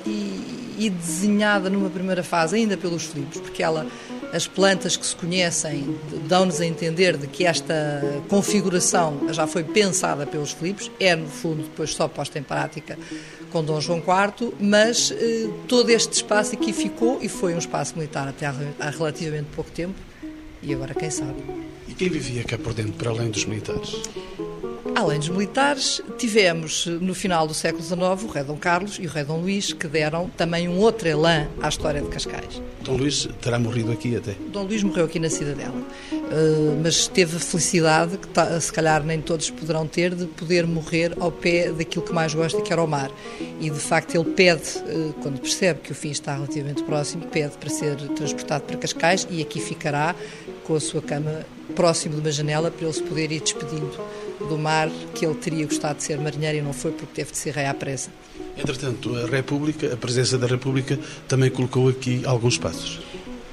e desenhada numa primeira fase ainda pelos Filipos, porque as plantas que se conhecem dão-nos a entender de que esta configuração já foi pensada pelos Filipos, no fundo depois só posta em prática com Dom João IV, mas todo este espaço aqui ficou, e foi um espaço militar até há relativamente pouco tempo, e agora quem sabe. E quem vivia cá por dentro, para além dos militares? Além dos militares, tivemos no final do século XIX o rei Dom Carlos e o rei Dom Luís, que deram também um outro elan à história de Cascais. Dom Luís terá morrido aqui até? Dom Luís morreu aqui na Cidadela, mas teve a felicidade, que se calhar nem todos poderão ter, de poder morrer ao pé daquilo que mais gosta, que era o mar. E de facto ele pede, quando percebe que o fim está relativamente próximo, pede para ser transportado para Cascais, e aqui ficará com a sua cama próximo de uma janela para ele se poder ir despedindo do mar, que ele teria gostado de ser marinheiro e não foi, porque teve de ser rei à pressa. Entretanto, a presença da República também colocou aqui alguns passos.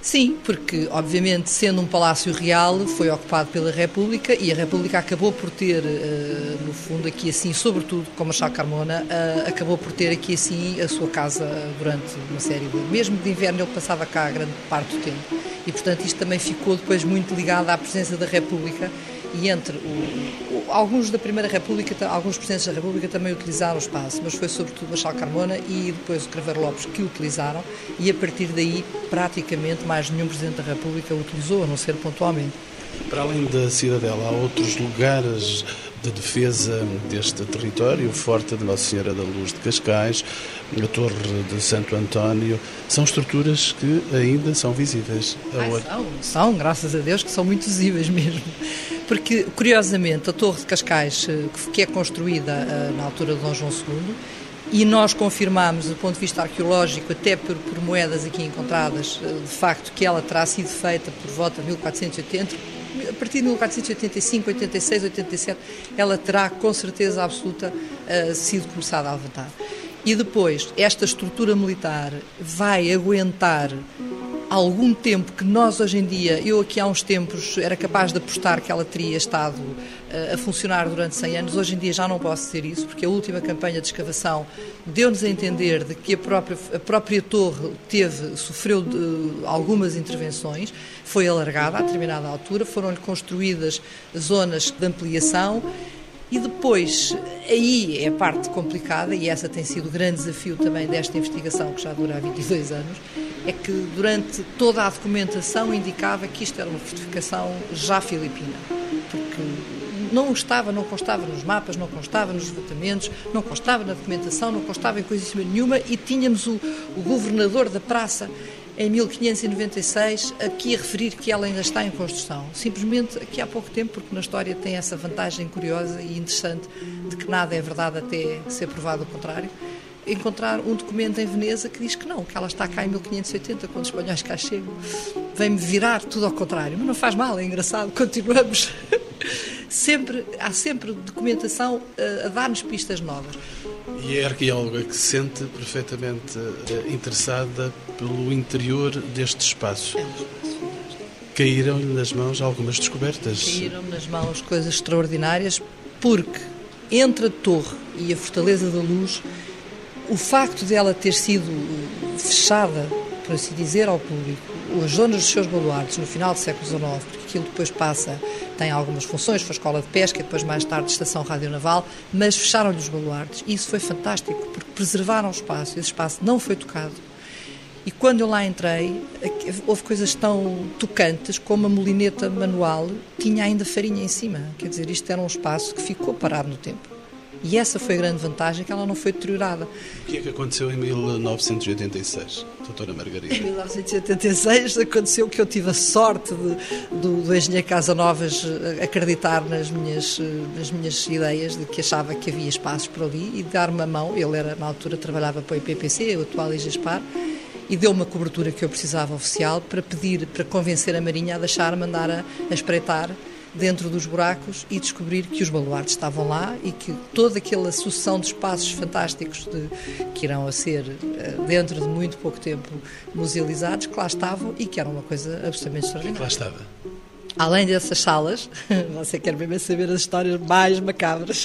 Sim, porque, obviamente, sendo um palácio real, foi ocupado pela República e a República acabou por ter, no fundo, aqui assim, sobretudo com Marechal Carmona, acabou por ter aqui assim a sua casa durante uma série de... Mesmo de inverno ele passava cá grande parte do tempo e, portanto, isto também ficou depois muito ligado à presença da República e entre alguns da Primeira República, alguns presidentes da República também utilizaram o espaço, mas foi sobretudo Marechal Carmona e depois o Craveiro Lopes que o utilizaram e a partir daí praticamente mais nenhum presidente da República o utilizou, a não ser pontualmente. Para além da Cidadela, há outros lugares de defesa deste território, o Forte de Nossa Senhora da Luz de Cascais, a Torre de Santo António, são estruturas que ainda são visíveis. São, graças a Deus, que são muito visíveis mesmo. Porque, curiosamente, a Torre de Cascais, que é construída na altura de Dom João II, e nós confirmamos, do ponto de vista arqueológico, até por moedas aqui encontradas, de facto, que ela terá sido feita por volta de 1480, a partir de 1485, 86, 87, ela terá, com certeza absoluta, sido começada a levantar. E depois, esta estrutura militar vai aguentar algum tempo que nós hoje em dia, eu aqui há uns tempos era capaz de apostar que ela teria estado a funcionar durante 100 anos, hoje em dia já não posso dizer isso, porque a última campanha de escavação deu-nos a entender de que a própria torre sofreu algumas intervenções, foi alargada a determinada altura, foram-lhe construídas zonas de ampliação. E depois, aí é a parte complicada, e essa tem sido o grande desafio também desta investigação, que já dura há 22 anos, é que durante toda a documentação indicava que isto era uma fortificação já filipina, porque não constava nos mapas, não constava nos levantamentos, não constava na documentação, não constava em coisíssima nenhuma, e tínhamos o governador da praça, em 1596, aqui a referir que ela ainda está em construção. Simplesmente aqui há pouco tempo, porque na história tem essa vantagem curiosa e interessante de que nada é verdade até ser provado o contrário, encontrar um documento em Veneza que diz que não, que ela está cá em 1580, quando os espanhóis cá chegam. Vem-me virar tudo ao contrário. Mas não faz mal, é engraçado, continuamos. Há sempre documentação a dar-nos pistas novas. E é a arqueóloga que se sente perfeitamente interessada pelo interior deste espaço. É um espaço fantástico. Caíram-lhe nas mãos algumas descobertas. Caíram-me nas mãos coisas extraordinárias, porque entre a torre e a Fortaleza da Luz, o facto de ela ter sido fechada, por assim dizer, ao público, as zonas dos seus baluartes no final do século XIX, porque aquilo depois tem algumas funções, foi escola de pesca, depois mais tarde estação radionaval, mas fecharam-lhe os baluartes e isso foi fantástico, porque preservaram o espaço, esse espaço não foi tocado. E quando eu lá entrei, houve coisas tão tocantes como a molineta manual tinha ainda farinha em cima, quer dizer, isto era um espaço que ficou parado no tempo. E essa foi a grande vantagem, que ela não foi deteriorada. O que é que aconteceu em 1986, doutora Margarida? Em 1986 aconteceu que eu tive a sorte do engenheiro Casanovas acreditar nas minhas ideias, de que achava que havia espaços por ali e dar-me a mão. Ele na altura trabalhava para o IPPC, o atual IGESPAR, e deu-me a cobertura que eu precisava oficial para convencer a Marinha a deixar-me andar a espreitar dentro dos buracos e descobrir que os baluartes estavam lá e que toda aquela sucessão de espaços fantásticos que irão a ser, dentro de muito pouco tempo, musealizados, que lá estavam e que era uma coisa absolutamente extraordinária. Lá estava. Além dessas salas, você quer mesmo saber as histórias mais macabras,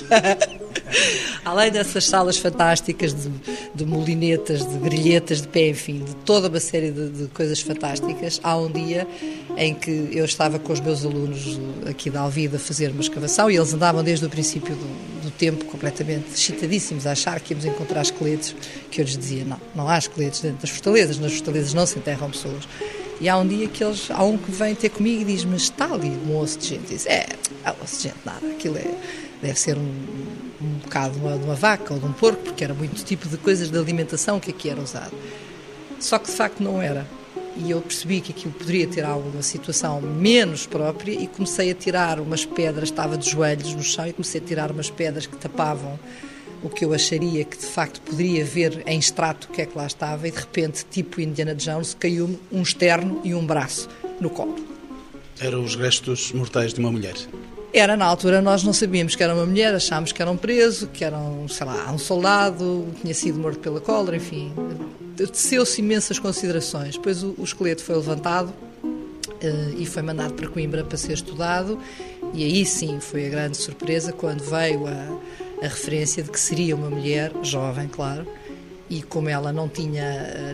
além dessas salas fantásticas de molinetas, de grelhetas de pé, enfim, de toda uma série de coisas fantásticas, há um dia em que eu estava com os meus alunos aqui da Alvida a fazer uma escavação e eles andavam desde o princípio do tempo completamente excitadíssimos a achar que íamos encontrar esqueletos, que eu lhes dizia, não há esqueletos dentro das fortalezas, nas fortalezas não se enterram pessoas. E há um dia que há um que vem ter comigo e diz, mas está ali um osso de gente. E diz, osso de gente nada, aquilo deve ser um bocado de uma vaca ou de um porco, porque era muito tipo de coisas de alimentação que aqui era usado. Só que de facto não era. E eu percebi que aquilo poderia ter alguma situação menos própria e comecei a tirar umas pedras, estava de joelhos no chão e comecei a tirar umas pedras que tapavam o que eu acharia que de facto poderia ver em extrato o que é que lá estava e de repente, tipo Indiana Jones, caiu-me um externo e um braço no colo. Eram os restos mortais de uma mulher? Era, na altura nós não sabíamos que era uma mulher, achámos que era um preso, que era um soldado, tinha sido morto pela cólera, enfim. teceu-se imensas considerações. Depois o esqueleto foi levantado e foi mandado para Coimbra para ser estudado, e aí sim foi a grande surpresa quando veio a referência de que seria uma mulher jovem, claro, e como ela não tinha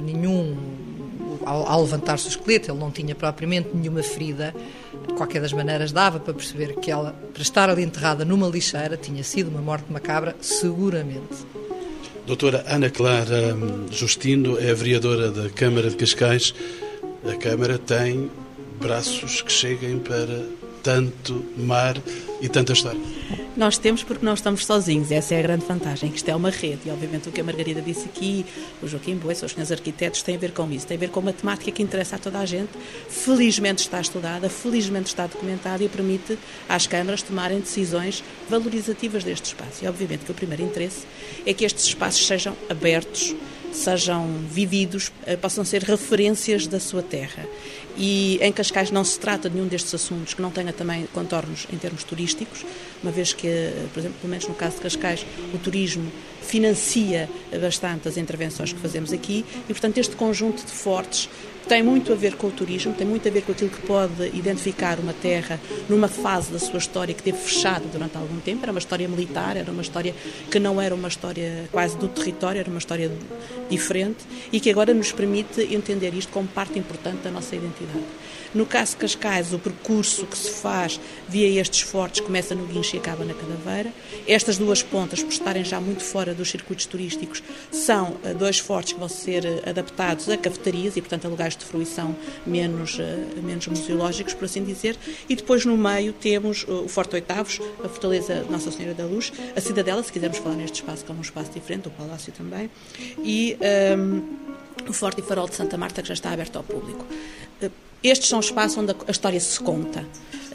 ao levantar-se o esqueleto, ele não tinha propriamente nenhuma ferida, de qualquer das maneiras dava para perceber que ela, para estar ali enterrada numa lixeira, tinha sido uma morte macabra, seguramente. Doutora Ana Clara Justino é a vereadora da Câmara de Cascais. A Câmara tem braços que cheguem para tanto mar e tanta história. Nós temos porque não estamos sozinhos, essa é a grande vantagem, que isto é uma rede, e obviamente o que a Margarida disse aqui, o Joaquim Boessa, os senhores arquitetos, tem a ver com isso, tem a ver com uma temática que interessa a toda a gente, felizmente está estudada, felizmente está documentada e permite às câmaras tomarem decisões valorizativas deste espaço. E obviamente que o primeiro interesse é que estes espaços sejam abertos, sejam vividos, possam ser referências da sua terra. E em Cascais não se trata de nenhum destes assuntos que não tenha também contornos em termos turísticos, uma vez que, por exemplo, pelo menos no caso de Cascais, o turismo financia bastante as intervenções que fazemos aqui e, portanto, este conjunto de fortes tem muito a ver com o turismo, tem muito a ver com aquilo que pode identificar uma terra numa fase da sua história que esteve fechada durante algum tempo. Era uma história militar, era uma história que não era uma história quase do território, era uma história diferente e que agora nos permite entender isto como parte importante da nossa identidade. No caso de Cascais, o percurso que se faz via estes fortes começa no Guincho e acaba na Cadaveira. Estas duas pontas, por estarem já muito fora dos circuitos turísticos, são dois fortes que vão ser adaptados a cafetarias e, portanto, a lugares de fruição menos museológicos, por assim dizer. E depois, no meio, temos o Forte Oitavos, a Fortaleza Nossa Senhora da Luz, a Cidadela, se quisermos falar neste espaço como um espaço diferente, o Palácio também, e o Forte e Farol de Santa Marta, que já está aberto ao público. Estes são espaços onde a história se conta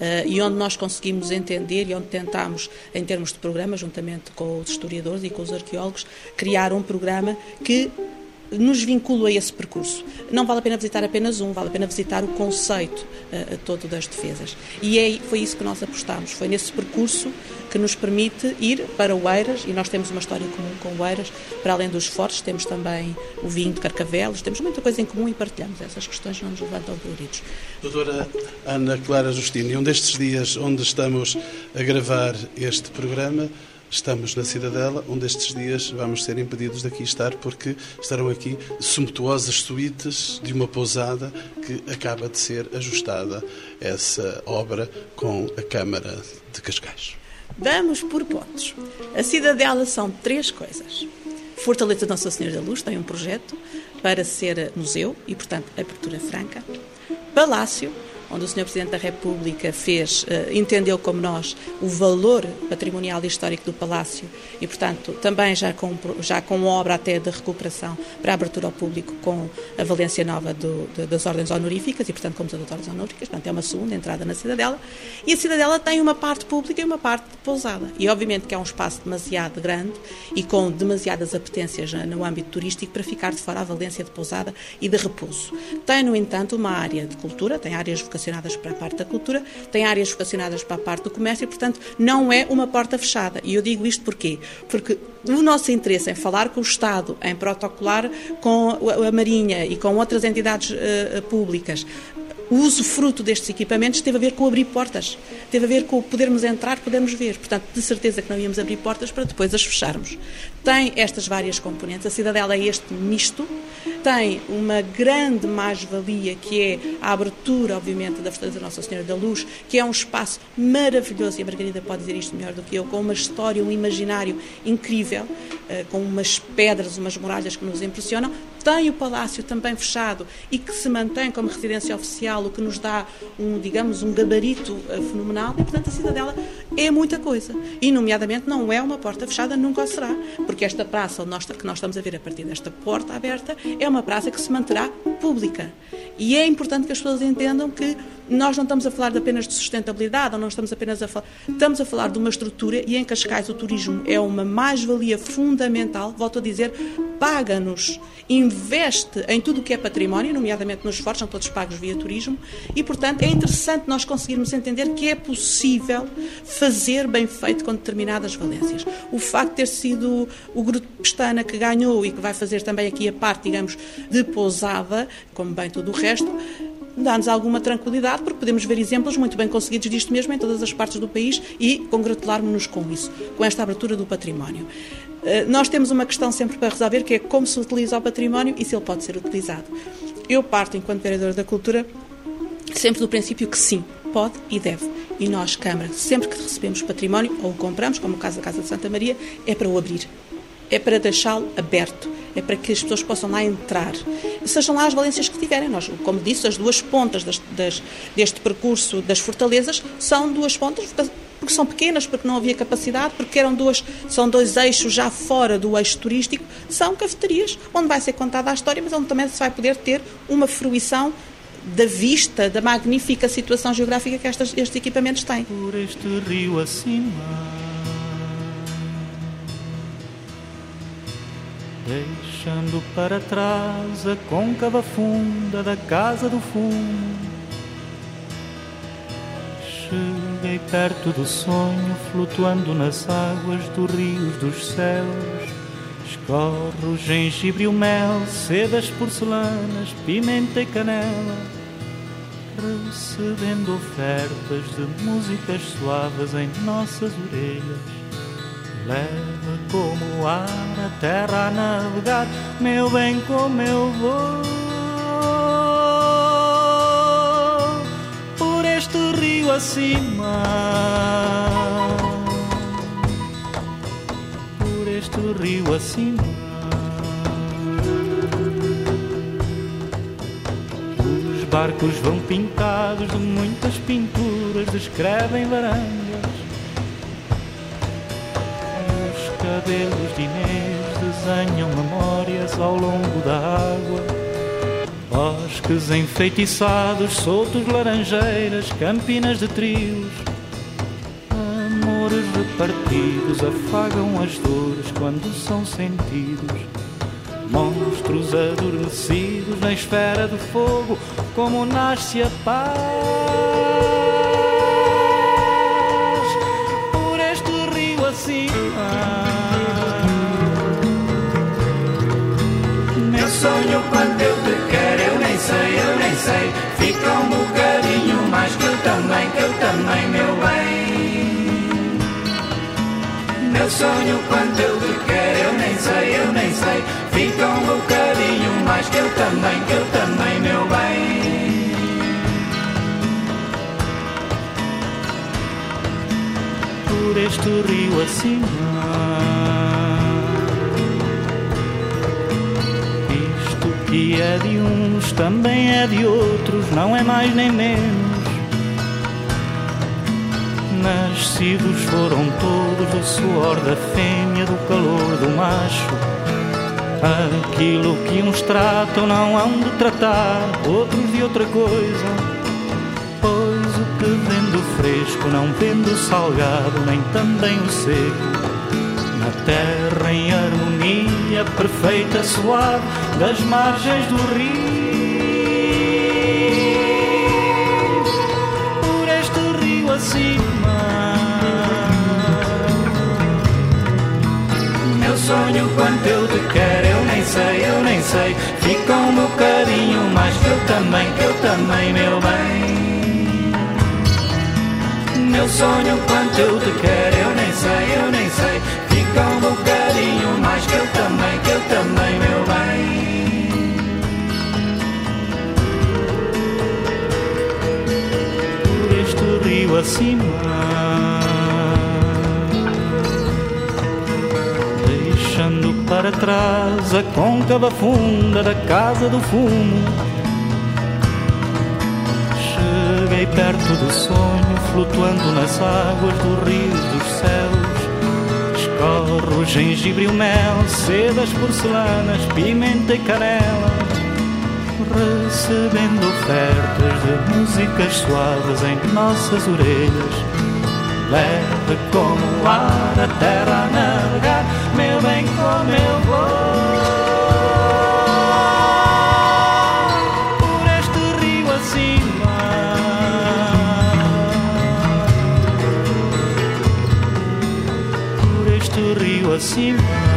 e onde nós conseguimos entender e onde tentamos, em termos de programa, juntamente com os historiadores e com os arqueólogos, criar um programa que nos vincula a esse percurso. Não vale a pena visitar apenas um, vale a pena visitar o conceito todo das defesas. E foi isso que nós apostámos, foi nesse percurso que nos permite ir para o Oeiras, e nós temos uma história comum com o Oeiras, para além dos fortes, temos também o vinho de Carcavelos, temos muita coisa em comum e partilhamos. Essas questões não nos levantam pruridos. Doutora Ana Clara Justino, e um destes dias onde estamos a gravar este programa, estamos na Cidadela, um destes dias vamos ser impedidos de aqui estar porque estarão aqui sumptuosas suítes de uma pousada que acaba de ser ajustada, essa obra com a Câmara de Cascais. Vamos por pontos. A Cidadela são 3 coisas. Fortaleza Nossa Senhora da Luz tem um projeto para ser museu e, portanto, abertura franca. Palácio, onde o Sr. Presidente da República entendeu como nós o valor patrimonial e histórico do Palácio e, portanto, também já com obra até de recuperação para a abertura ao público com a valência nova das ordens honoríficas e, portanto, como das ordens honoríficas, portanto, é uma segunda entrada na Cidadela. E a Cidadela tem uma parte pública e uma parte de pousada. E, obviamente, que é um espaço demasiado grande e com demasiadas apetências no âmbito turístico para ficar de fora a valência de pousada e de repouso. Tem, no entanto, uma área de cultura, tem áreas vocacionadas para a parte da cultura, tem áreas vocacionadas para a parte do comércio e, portanto, não é uma porta fechada. E eu digo isto porquê? Porque o nosso interesse em falar com o Estado, em protocolar com a Marinha e com outras entidades públicas, o usufruto destes equipamentos teve a ver com abrir portas, teve a ver com podermos entrar, podermos ver. Portanto, de certeza que não íamos abrir portas para depois as fecharmos. Tem estas várias componentes. A Cidadela é este misto. Tem uma grande mais-valia que é a abertura, obviamente, da Fortaleza Nossa Senhora da Luz, que é um espaço maravilhoso, e a Margarida pode dizer isto melhor do que eu, com uma história, um imaginário incrível, com umas pedras, umas muralhas que nos impressionam. Tem o Palácio também fechado e que se mantém como residência oficial, o que nos dá um gabarito fenomenal, e, portanto, a Cidadela é muita coisa. E, nomeadamente, não é uma porta fechada, nunca o será, porque esta praça que nós estamos a ver a partir desta porta aberta é uma praça que se manterá pública. E é importante que as pessoas entendam que Nós não estamos a falar apenas de sustentabilidade, ou não estamos apenas a falar... Estamos a falar de uma estrutura, e em Cascais o turismo é uma mais-valia fundamental, volto a dizer, paga-nos, investe em tudo o que é património, nomeadamente nos fortes, são todos pagos via turismo, e, portanto, é interessante nós conseguirmos entender que é possível fazer bem feito com determinadas valências. O facto de ter sido o Grupo de Pestana que ganhou e que vai fazer também aqui a parte, digamos, de pousada, como bem tudo o resto, dá-nos alguma tranquilidade, porque podemos ver exemplos muito bem conseguidos disto mesmo em todas as partes do país e congratularmos-nos com isso, com esta abertura do património. Nós temos uma questão sempre para resolver, que é como se utiliza o património e se ele pode ser utilizado. Eu parto, enquanto vereadora da Cultura, sempre do princípio que sim, pode e deve. E nós, Câmara, sempre que recebemos património ou o compramos, como o caso da Casa de Santa Maria, é para o abrir. É para deixá-lo aberto, é para que as pessoas possam lá entrar. Sejam lá as valências que tiverem. Nós, como disse, as duas pontas deste percurso das fortalezas são duas pontas, porque são pequenas, porque não havia capacidade, porque são dois eixos já fora do eixo turístico, são cafetarias, onde vai ser contada a história, mas onde também se vai poder ter uma fruição da vista, da magnífica situação geográfica que estes equipamentos têm. Por este rio acima, deixando para trás a côncava funda da Casa do Fumo, cheguei perto do sonho, flutuando nas águas dos rios dos céus. Escorre o gengibre e o mel, sedas porcelanas, pimenta e canela, recebendo ofertas de músicas suaves em nossas orelhas. Leva como ar a terra a navegar, meu bem, como eu vou por este rio acima, por este rio acima. Os barcos vão pintados de muitas pinturas, descrevem varandas. Cabelos de Inês desenham memórias ao longo da água. Bosques enfeitiçados, soltos laranjeiras, campinas de trios. Amores repartidos afagam as dores quando são sentidos. Monstros adormecidos na esfera do fogo, como nasce a paz. Por este rio acima, sonho quando eu te quero, eu nem sei, fica um bocadinho mais que eu também, meu bem. Meu sonho quando eu te quero, eu nem sei, fica um bocadinho mais que eu também, meu bem. Por este rio acima, que é de uns, também é de outros, não é mais nem menos. Nascidos foram todos do suor da fêmea, do calor do macho. Aquilo que uns tratam não hão de tratar outros de outra coisa, pois o que vem do fresco não vem do salgado, nem também o seco. Na terra em harmonia perfeita, suave, das margens do rio, por este rio acima. Meu sonho quando eu te quero, eu nem sei, fica um bocadinho mais que eu também, meu bem. Meu sonho quando eu te quero, eu nem sei, fica um bocadinho mais que eu também, meu bem. Por este rio acima, deixando para trás a côncava funda da Casa do Fumo, cheguei perto do sonho, flutuando nas águas do rio dos céus. Escorre o gengibre e o mel, sedas porcelanas, pimenta e canela, recebendo ofertas de músicas suaves em nossas orelhas. Leve como o ar a terra a navegar, meu bem, como eu vou por este rio acima. Por este rio acima.